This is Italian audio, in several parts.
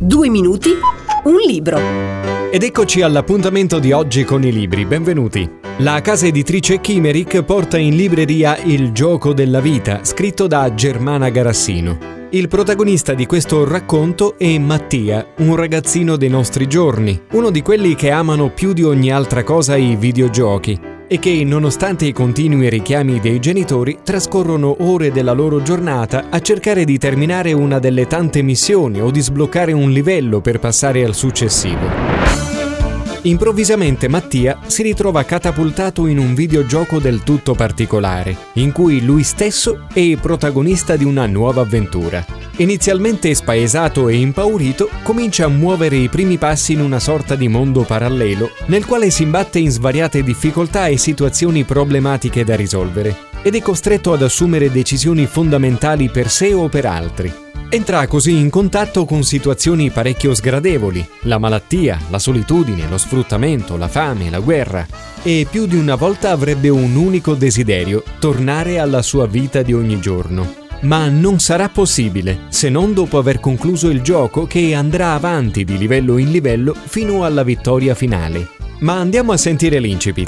2 minuti, un libro. Ed eccoci all'appuntamento di oggi con i libri, benvenuti. La casa editrice Chimeric porta in libreria Il gioco della vita, scritto da Germana Garassino. Il protagonista di questo racconto è Mattia, un ragazzino dei nostri giorni, uno di quelli che amano più di ogni altra cosa i videogiochi e che, nonostante i continui richiami dei genitori, trascorrono ore della loro giornata a cercare di terminare una delle tante missioni o di sbloccare un livello per passare al successivo. Improvvisamente Mattia si ritrova catapultato in un videogioco del tutto particolare, in cui lui stesso è il protagonista di una nuova avventura. Inizialmente spaesato e impaurito, comincia a muovere i primi passi in una sorta di mondo parallelo, nel quale si imbatte in svariate difficoltà e situazioni problematiche da risolvere, ed è costretto ad assumere decisioni fondamentali per sé o per altri. Entra così in contatto con situazioni parecchio sgradevoli, la malattia, la solitudine, lo sfruttamento, la fame, la guerra, e più di una volta avrebbe un unico desiderio: tornare alla sua vita di ogni giorno. Ma non sarà possibile, se non dopo aver concluso il gioco, che andrà avanti di livello in livello fino alla vittoria finale. Ma andiamo a sentire l'incipit.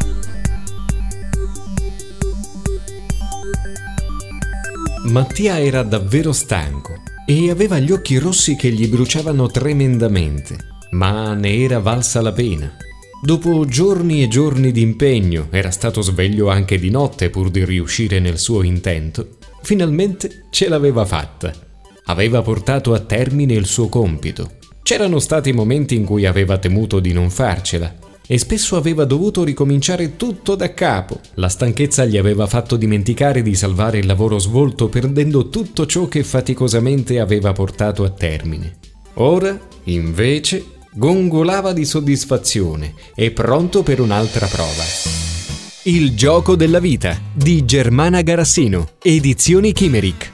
Mattia era davvero stanco e aveva gli occhi rossi che gli bruciavano tremendamente, ma ne era valsa la pena. Dopo giorni e giorni di impegno, era stato sveglio anche di notte pur di riuscire nel suo intento, finalmente ce l'aveva fatta. Aveva portato a termine il suo compito. C'erano stati momenti in cui aveva temuto di non farcela, e spesso aveva dovuto ricominciare tutto da capo. La stanchezza gli aveva fatto dimenticare di salvare il lavoro svolto, perdendo tutto ciò che faticosamente aveva portato a termine. Ora, invece, gongolava di soddisfazione e pronto per un'altra prova. Il gioco della vita di Germana Garassino, edizioni Chimeric.